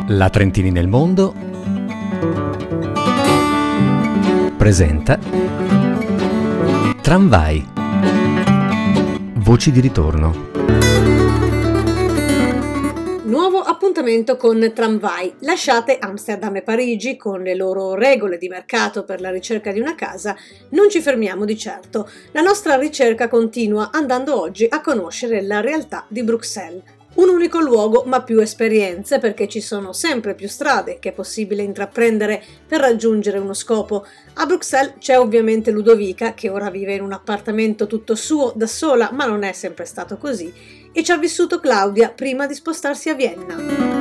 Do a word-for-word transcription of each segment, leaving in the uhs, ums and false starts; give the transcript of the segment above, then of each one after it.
La Trentini nel mondo presenta Tramvai. Voci di ritorno. Nuovo appuntamento con Tramvai. Lasciate Amsterdam e Parigi con le loro regole di mercato per la ricerca di una casa, non ci fermiamo di certo. La nostra ricerca continua andando oggi a conoscere la realtà di Bruxelles. Un unico luogo ma più esperienze, perché ci sono sempre più strade che è possibile intraprendere per raggiungere uno scopo. A Bruxelles c'è ovviamente Ludovica, che ora vive in un appartamento tutto suo da sola, ma non è sempre stato così, e ci ha vissuto Claudia prima di spostarsi a Vienna.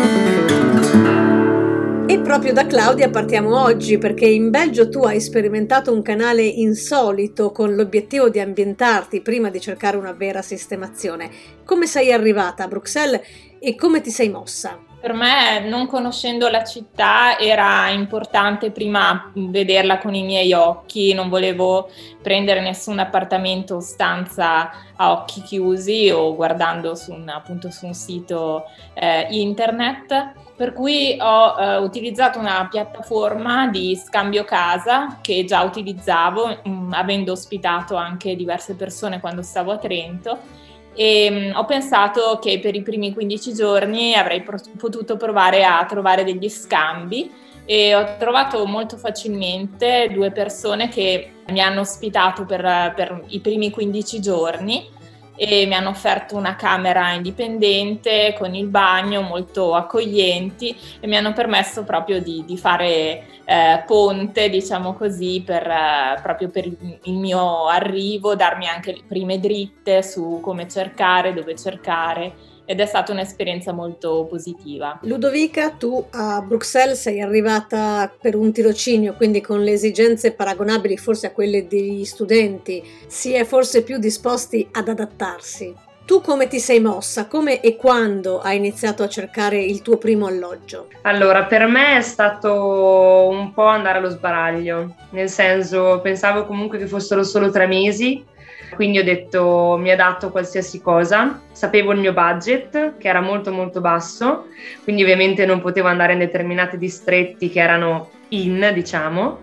E proprio da Claudia partiamo oggi, perché in Belgio tu hai sperimentato un canale insolito con l'obiettivo di ambientarti prima di cercare una vera sistemazione. Come sei arrivata a Bruxelles e come ti sei mossa? Per me, non conoscendo la città, era importante prima vederla con i miei occhi, non volevo prendere nessun appartamento o stanza a occhi chiusi o guardando su un, appunto su un sito eh, internet, per cui ho eh, utilizzato una piattaforma di scambio casa che già utilizzavo, mh, avendo ospitato anche diverse persone quando stavo a Trento. E mh, ho pensato che per i primi quindici giorni avrei pro- potuto provare a trovare degli scambi e ho trovato molto facilmente due persone che mi hanno ospitato per, per i primi quindici giorni e mi hanno offerto una camera indipendente con il bagno, molto accoglienti, e mi hanno permesso proprio di, di fare eh, ponte, diciamo così, per, eh, proprio per il, il mio arrivo, darmi anche le prime dritte su come cercare, dove cercare. Ed è stata un'esperienza molto positiva. Ludovica, tu a Bruxelles sei arrivata per un tirocinio, quindi con le esigenze paragonabili forse a quelle degli studenti. Si è forse più disposti ad adattarsi. Tu come ti sei mossa? Come e quando hai iniziato a cercare il tuo primo alloggio? Allora, per me è stato un po' andare allo sbaraglio, nel senso, pensavo comunque che fossero solo tre mesi, quindi ho detto mi adatto a qualsiasi cosa. Sapevo il mio budget, che era molto molto basso, quindi ovviamente non potevo andare in determinati distretti che erano in, diciamo.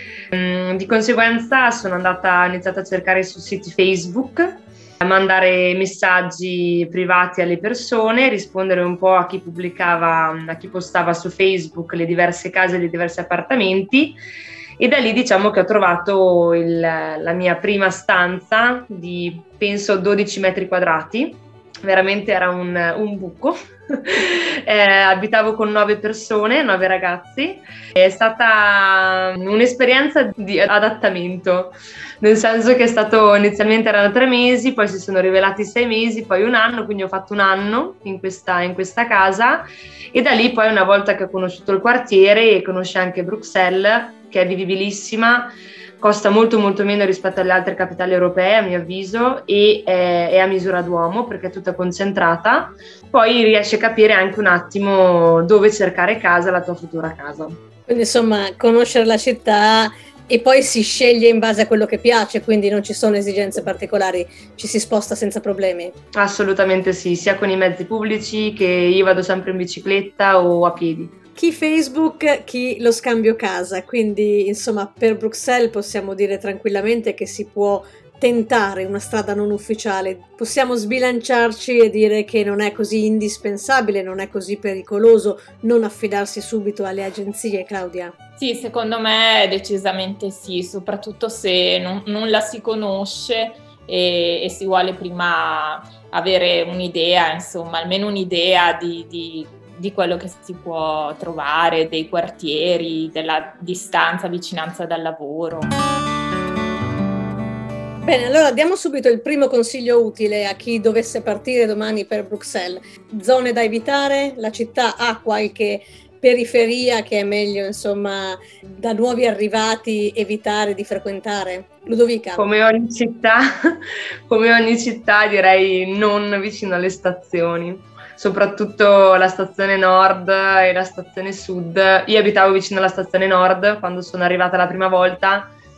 Di conseguenza sono andata, ho iniziato a cercare su siti Facebook, a mandare messaggi privati alle persone, rispondere un po' a chi pubblicava, a chi postava su Facebook le diverse case, i diversi appartamenti, e da lì diciamo che ho trovato il, la mia prima stanza di penso dodici metri quadrati, veramente era un, un buco. eh, abitavo con nove persone, nove ragazzi. È stata un'esperienza di adattamento, nel senso che è stato, inizialmente erano tre mesi, poi si sono rivelati sei mesi, poi un anno, quindi ho fatto un anno in questa, in questa casa, e da lì poi, una volta che ho conosciuto il quartiere e conosci anche Bruxelles, che è vivibilissima, costa molto molto meno rispetto alle altre capitali europee a mio avviso, e è, è a misura d'uomo perché è tutta concentrata, poi riesci a capire anche un attimo dove cercare casa, la tua futura casa. Quindi insomma, conoscere la città e poi si sceglie in base a quello che piace, quindi non ci sono esigenze particolari, ci si sposta senza problemi. Assolutamente sì, sia con i mezzi pubblici, che io vado sempre in bicicletta o a piedi. Chi Facebook, chi lo scambio casa, quindi insomma per Bruxelles possiamo dire tranquillamente che si può tentare una strada non ufficiale, possiamo sbilanciarci e dire che non è così indispensabile, non è così pericoloso non affidarsi subito alle agenzie, Claudia? Sì, secondo me decisamente sì, soprattutto se non, non la si conosce e, e si vuole prima avere un'idea, insomma, almeno un'idea di, di di quello che si può trovare, dei quartieri, della distanza, vicinanza dal lavoro. Bene, allora diamo subito il primo consiglio utile a chi dovesse partire domani per Bruxelles. Zone da evitare? La città ha qualche periferia che è meglio, insomma, da nuovi arrivati evitare di frequentare? Ludovica? Come ogni città, come ogni città direi non vicino alle stazioni. Soprattutto la stazione nord e la stazione sud. Io abitavo vicino alla stazione nord quando sono arrivata la prima volta,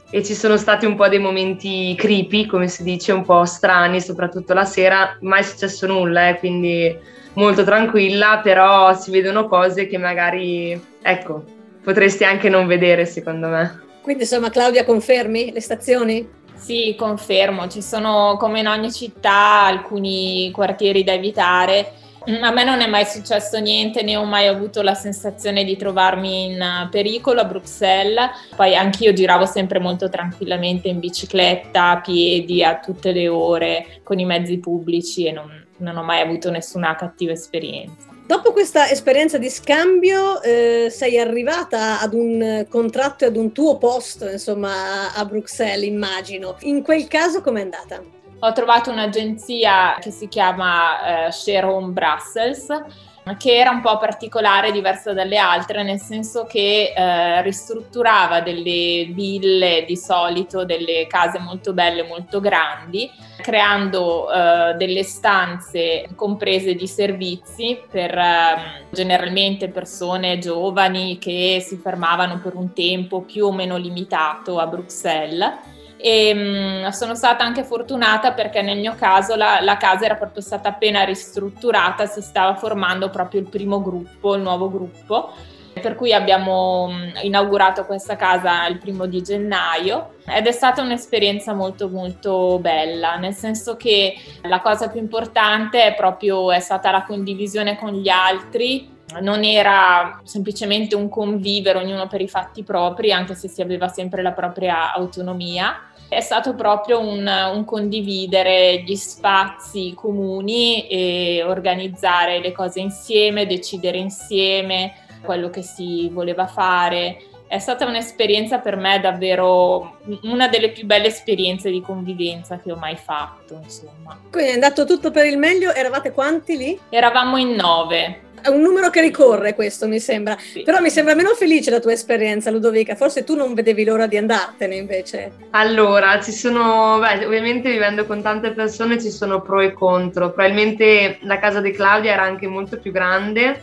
e ci sono stati un po' dei momenti creepy, come si dice, un po' strani, soprattutto la sera. Mai è successo nulla, eh, quindi molto tranquilla, però si vedono cose che magari, ecco, potresti anche non vedere, secondo me. Quindi insomma, Claudia, confermi le stazioni? Sì, confermo, ci sono come in ogni città alcuni quartieri da evitare. A me non è mai successo niente, né ho mai avuto la sensazione di trovarmi in pericolo a Bruxelles. Poi anch'io giravo sempre molto tranquillamente in bicicletta, a piedi, a tutte le ore, con i mezzi pubblici e non, non ho mai avuto nessuna cattiva esperienza. Dopo questa esperienza di scambio eh, sei arrivata ad un contratto e ad un tuo posto, insomma, a Bruxelles, immagino. In quel caso com'è andata? Ho trovato un'agenzia che si chiama eh, Share Home Brussels, che era un po' particolare, diversa dalle altre, nel senso che eh, ristrutturava delle ville, di solito delle case molto belle, molto grandi, creando eh, delle stanze comprese di servizi per eh, generalmente persone giovani che si fermavano per un tempo più o meno limitato a Bruxelles. E mh, sono stata anche fortunata perché nel mio caso la, la casa era proprio stata appena ristrutturata, si stava formando proprio il primo gruppo, il nuovo gruppo, per cui abbiamo mh, inaugurato questa casa il primo di gennaio ed è stata un'esperienza molto molto bella, nel senso che la cosa più importante è proprio è stata la condivisione con gli altri. Non era semplicemente un convivere ognuno per i fatti propri, anche se si aveva sempre la propria autonomia. È stato proprio un, un condividere gli spazi comuni e organizzare le cose insieme, decidere insieme quello che si voleva fare. È stata un'esperienza per me davvero una delle più belle esperienze di convivenza che ho mai fatto, insomma. Quindi è andato tutto per il meglio, eravate quanti lì? Eravamo in nove. È un numero che ricorre questo, mi sembra. Sì. Però mi sembra meno felice la tua esperienza, Ludovica. Forse tu non vedevi l'ora di andartene invece. Allora, ci sono, beh, ovviamente vivendo con tante persone ci sono pro e contro. Probabilmente la casa di Claudia era anche molto più grande,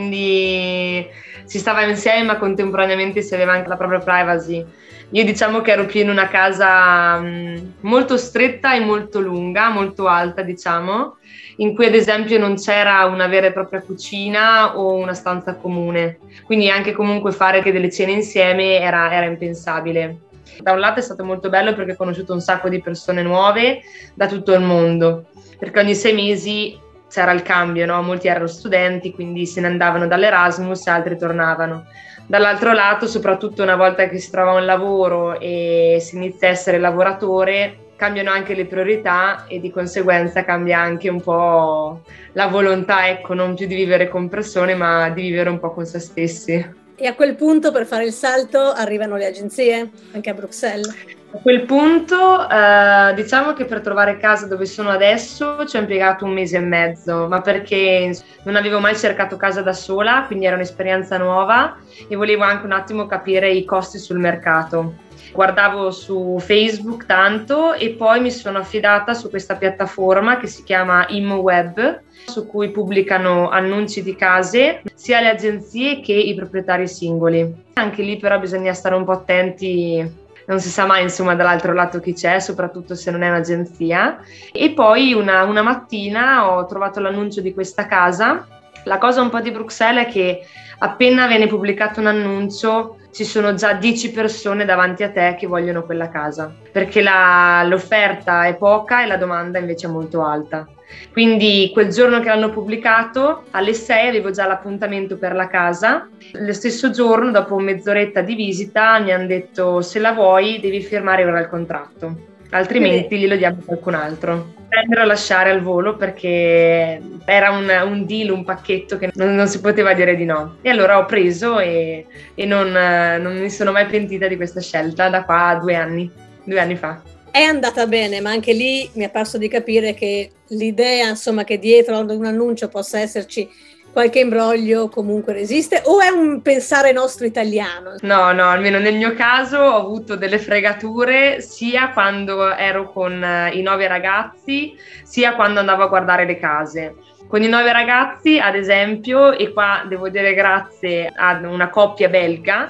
quindi si stava insieme ma contemporaneamente si aveva anche la propria privacy. Io diciamo che ero più in una casa mh, molto stretta e molto lunga, molto alta diciamo, in cui ad esempio non c'era una vera e propria cucina o una stanza comune, quindi anche comunque fare che delle cene insieme era, era impensabile. Da un lato è stato molto bello perché ho conosciuto un sacco di persone nuove da tutto il mondo, perché ogni sei mesi c'era il cambio, no? Molti erano studenti, quindi se ne andavano dall'Erasmus e altri tornavano. Dall'altro lato, soprattutto una volta che si trova un lavoro e si inizia a essere lavoratore, cambiano anche le priorità e di conseguenza cambia anche un po' la volontà, ecco, non più di vivere con persone, ma di vivere un po' con se stessi. E a quel punto, per fare il salto, arrivano le agenzie, anche a Bruxelles? A quel punto, eh, diciamo che per trovare casa dove sono adesso ci ho impiegato un mese e mezzo, ma perché non avevo mai cercato casa da sola, quindi era un'esperienza nuova e volevo anche un attimo capire i costi sul mercato. Guardavo su Facebook tanto e poi mi sono affidata su questa piattaforma che si chiama ImmoWeb, su cui pubblicano annunci di case sia le agenzie che i proprietari singoli. Anche lì però bisogna stare un po' attenti, non si sa mai insomma dall'altro lato chi c'è, soprattutto se non è un'agenzia. E poi una, una mattina ho trovato l'annuncio di questa casa. La cosa un po' di Bruxelles è che appena viene pubblicato un annuncio ci sono già dieci persone davanti a te che vogliono quella casa, perché la, l'offerta è poca e la domanda invece è molto alta. Quindi quel giorno che l'hanno pubblicato alle sei avevo già l'appuntamento per la casa. Lo stesso giorno, dopo mezz'oretta di visita, mi hanno detto: se la vuoi devi firmare ora il contratto, altrimenti glielo diamo a qualcun altro. Prendere o lasciare al volo, perché era un, un deal, un pacchetto che non, non si poteva dire di no. E allora ho preso e, e non, non mi sono mai pentita di questa scelta da qua a due anni, due anni fa. È andata bene, ma anche lì mi è parso di capire che l'idea, insomma, che dietro ad un annuncio possa esserci qualche imbroglio comunque resiste, o è un pensare nostro italiano? No, no, almeno nel mio caso ho avuto delle fregature sia quando ero con i nove ragazzi, sia quando andavo a guardare le case. Con i nove ragazzi, ad esempio, e qua devo dire grazie ad una coppia belga,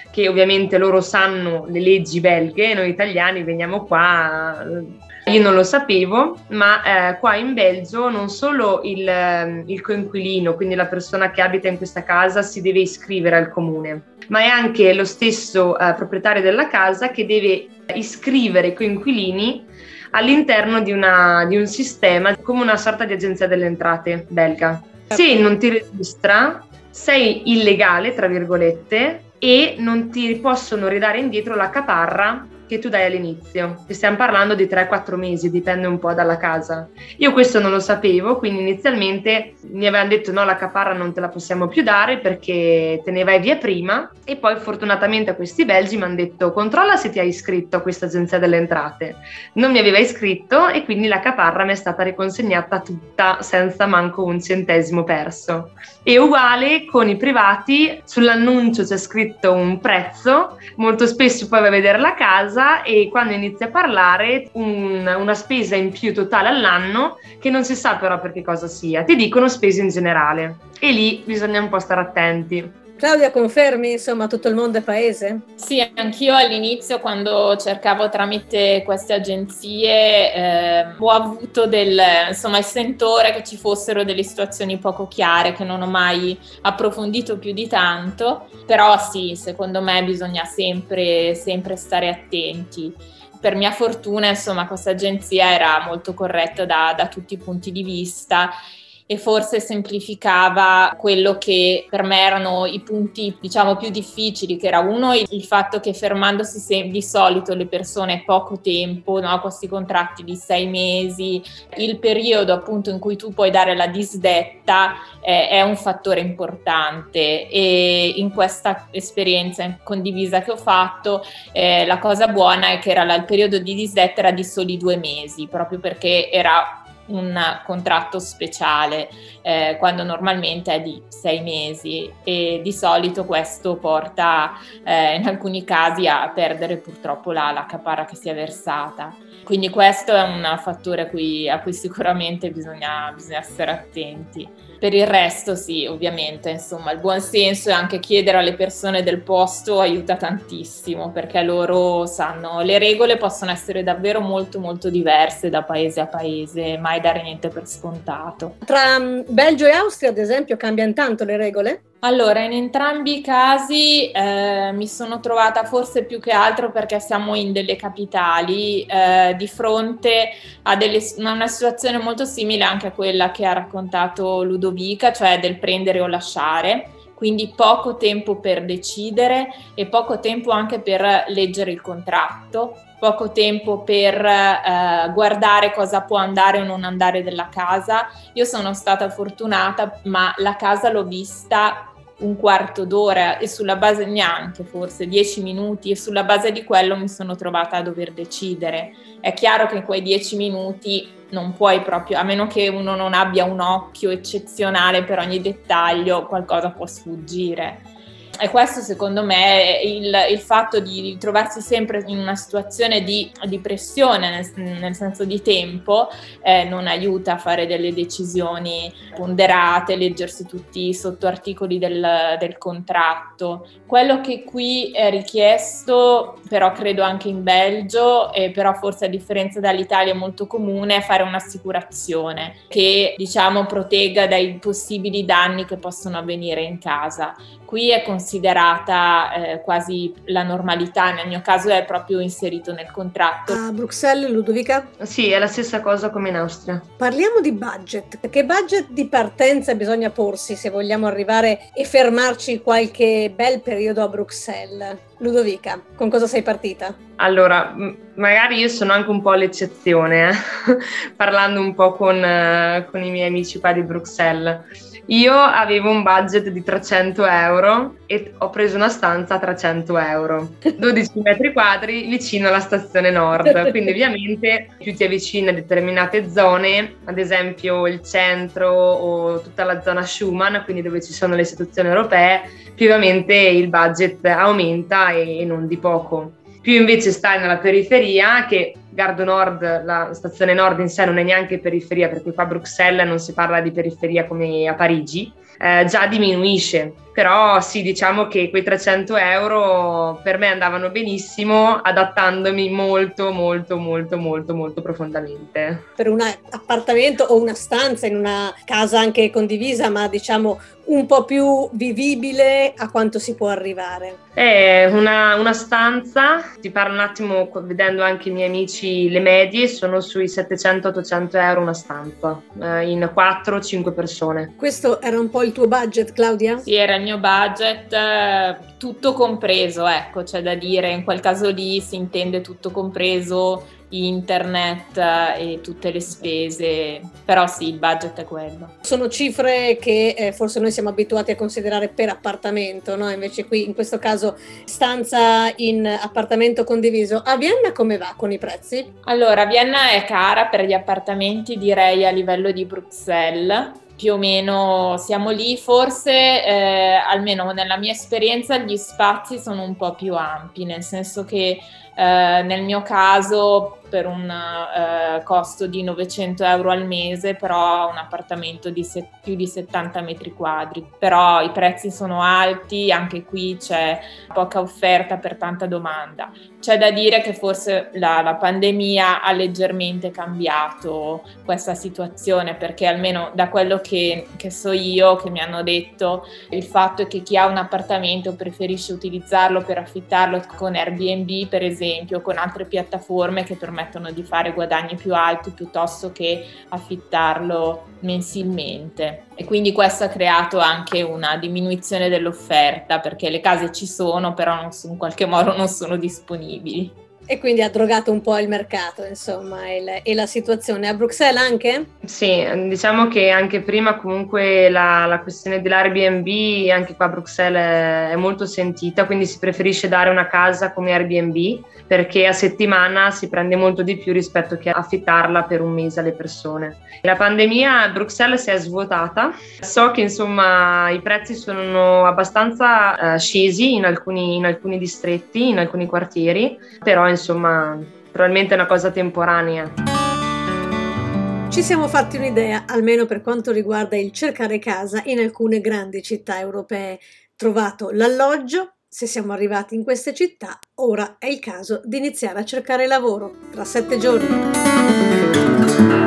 che ovviamente loro sanno le leggi belghe, noi italiani veniamo qua, io non lo sapevo, ma eh, qua in Belgio non solo il, il coinquilino, quindi la persona che abita in questa casa, si deve iscrivere al comune, ma è anche lo stesso eh, proprietario della casa che deve iscrivere i coinquilini all'interno di, una, di un sistema come una sorta di agenzia delle entrate belga. Se non ti registra, sei illegale, tra virgolette, e non ti possono ridare indietro la caparra che tu dai all'inizio, che stiamo parlando di tre quattro mesi, dipende un po' dalla casa. Io questo non lo sapevo, quindi inizialmente mi avevano detto no, la caparra non te la possiamo più dare perché te ne vai via prima, e poi fortunatamente a questi belgi mi hanno detto controlla se ti hai iscritto a questa agenzia delle entrate. Non mi aveva iscritto e quindi la caparra mi è stata riconsegnata tutta senza manco un centesimo perso. E uguale con i privati, sull'annuncio c'è scritto un prezzo, molto spesso poi vai a vedere la casa e quando inizi a parlare un, una spesa in più totale all'anno che non si sa però per che cosa sia, ti dicono spese in generale e lì bisogna un po' stare attenti. Claudia, confermi, insomma, tutto il mondo è paese? Sì, anch'io all'inizio quando cercavo tramite queste agenzie eh, ho avuto del, insomma, il sentore che ci fossero delle situazioni poco chiare che non ho mai approfondito più di tanto, però sì, secondo me bisogna sempre, sempre stare attenti. Per mia fortuna, insomma, questa agenzia era molto corretta da, da tutti i punti di vista e forse semplificava quello che per me erano i punti, diciamo, più difficili, che era uno il, il fatto che fermandosi se, di solito le persone poco tempo, no, questi contratti di sei mesi, il periodo appunto in cui tu puoi dare la disdetta eh, è un fattore importante, e in questa esperienza condivisa che ho fatto eh, la cosa buona è che era la, il periodo di disdetta era di soli due mesi, proprio perché era un contratto speciale eh, quando normalmente è di sei mesi, e di solito questo porta eh, in alcuni casi a perdere purtroppo la, la caparra che si è versata. Quindi questo è un fattore a cui, a cui sicuramente bisogna, bisogna essere attenti. Per il resto sì, ovviamente, insomma, il buon senso e anche chiedere alle persone del posto aiuta tantissimo, perché loro sanno, le regole possono essere davvero molto molto diverse da paese a paese, mai dare niente per scontato. Tra Belgio e Austria, ad esempio, cambiano tanto le regole? Allora, in entrambi i casi eh, mi sono trovata forse più che altro perché siamo in delle capitali eh, di fronte a, delle, a una situazione molto simile anche a quella che ha raccontato Ludovica, cioè del prendere o lasciare, quindi poco tempo per decidere e poco tempo anche per leggere il contratto, poco tempo per eh, guardare cosa può andare o non andare della casa. Io sono stata fortunata, ma la casa l'ho vista un quarto d'ora e sulla base neanche forse dieci minuti, e sulla base di quello mi sono trovata a dover decidere. È chiaro che in quei dieci minuti non puoi proprio, a meno che uno non abbia un occhio eccezionale per ogni dettaglio, qualcosa può sfuggire. E questo secondo me il, il fatto di trovarsi sempre in una situazione di, di pressione nel, nel senso di tempo eh, non aiuta a fare delle decisioni ponderate, leggersi tutti i sottoarticoli del, del contratto. Quello che qui è richiesto, però credo anche in Belgio, e però forse a differenza dall'Italia è molto comune, è fare un'assicurazione che diciamo protegga dai possibili danni che possono avvenire in casa. Qui è considerata eh, quasi la normalità, nel mio caso è proprio inserito nel contratto. A Bruxelles, Ludovica? Sì, è la stessa cosa come in Austria. Parliamo di budget. Che budget di partenza bisogna porsi se vogliamo arrivare e fermarci qualche bel periodo a Bruxelles? Ludovica, con cosa sei partita? Allora, magari io sono anche un po' l'eccezione, eh? parlando un po' con, eh, con i miei amici qua di Bruxelles. Io avevo un budget di trecento euro e ho preso una stanza a trecento euro, dodici metri quadri vicino alla stazione nord, quindi ovviamente più ti avvicini a determinate zone, ad esempio il centro o tutta la zona Schumann, quindi dove ci sono le istituzioni europee, più ovviamente il budget aumenta e non di poco. Più invece stai nella periferia, che Gardo Nord, la stazione nord in sé non è neanche periferia, perché qua a Bruxelles non si parla di periferia come a Parigi, eh, già diminuisce. Però sì, diciamo che quei trecento euro per me andavano benissimo, adattandomi molto, molto, molto, molto, molto profondamente. Per un appartamento o una stanza in una casa anche condivisa, ma diciamo un po' più vivibile, a quanto si può arrivare? È una, una stanza, ti parlo un attimo vedendo anche i miei amici, le medie sono sui settecento ottocento euro una stanza, eh, in quattro cinque persone. Questo era un po' il tuo budget, Claudia? Sì, era il mio budget, eh, tutto compreso, ecco, c'è da dire, in quel caso lì si intende tutto compreso, internet eh, e tutte le spese, però sì, il budget è quello. Sono cifre che eh, forse noi siamo abituati a considerare per appartamento, no? Invece qui in questo caso stanza in appartamento condiviso. A Vienna come va con i prezzi? Allora, Vienna è cara per gli appartamenti, direi a livello di Bruxelles. Più o meno siamo lì, forse eh, almeno nella mia esperienza gli spazi sono un po' più ampi, nel senso che eh, nel mio caso per un eh, costo di novecento euro al mese, però un appartamento di se- più di settanta metri quadri, però i prezzi sono alti, anche qui c'è poca offerta per tanta domanda. C'è da dire che forse la, la pandemia ha leggermente cambiato questa situazione, perché almeno da quello che, che so io, che mi hanno detto, il fatto è che chi ha un appartamento preferisce utilizzarlo per affittarlo con Airbnb, per esempio, con altre piattaforme che permettono di fare guadagni più alti piuttosto che affittarlo mensilmente. E quindi questo ha creato anche una diminuzione dell'offerta, perché le case ci sono, però non so, in qualche modo non sono disponibili. E quindi ha drogato un po' il mercato, insomma, e la, e la situazione. A Bruxelles anche? Sì, diciamo che anche prima comunque la, la questione dell'Airbnb anche qua a Bruxelles è molto sentita, quindi si preferisce dare una casa come Airbnb perché a settimana si prende molto di più rispetto che affittarla per un mese alle persone. La pandemia a Bruxelles si è svuotata, so che insomma i prezzi sono abbastanza uh, scesi in alcuni, in alcuni distretti, in alcuni quartieri, però insomma probabilmente è una cosa temporanea. Ci siamo fatti un'idea, almeno per quanto riguarda il cercare casa in alcune grandi città europee. Trovato l'alloggio, se siamo arrivati in queste città, ora è il caso di iniziare a cercare lavoro. Tra sette giorni.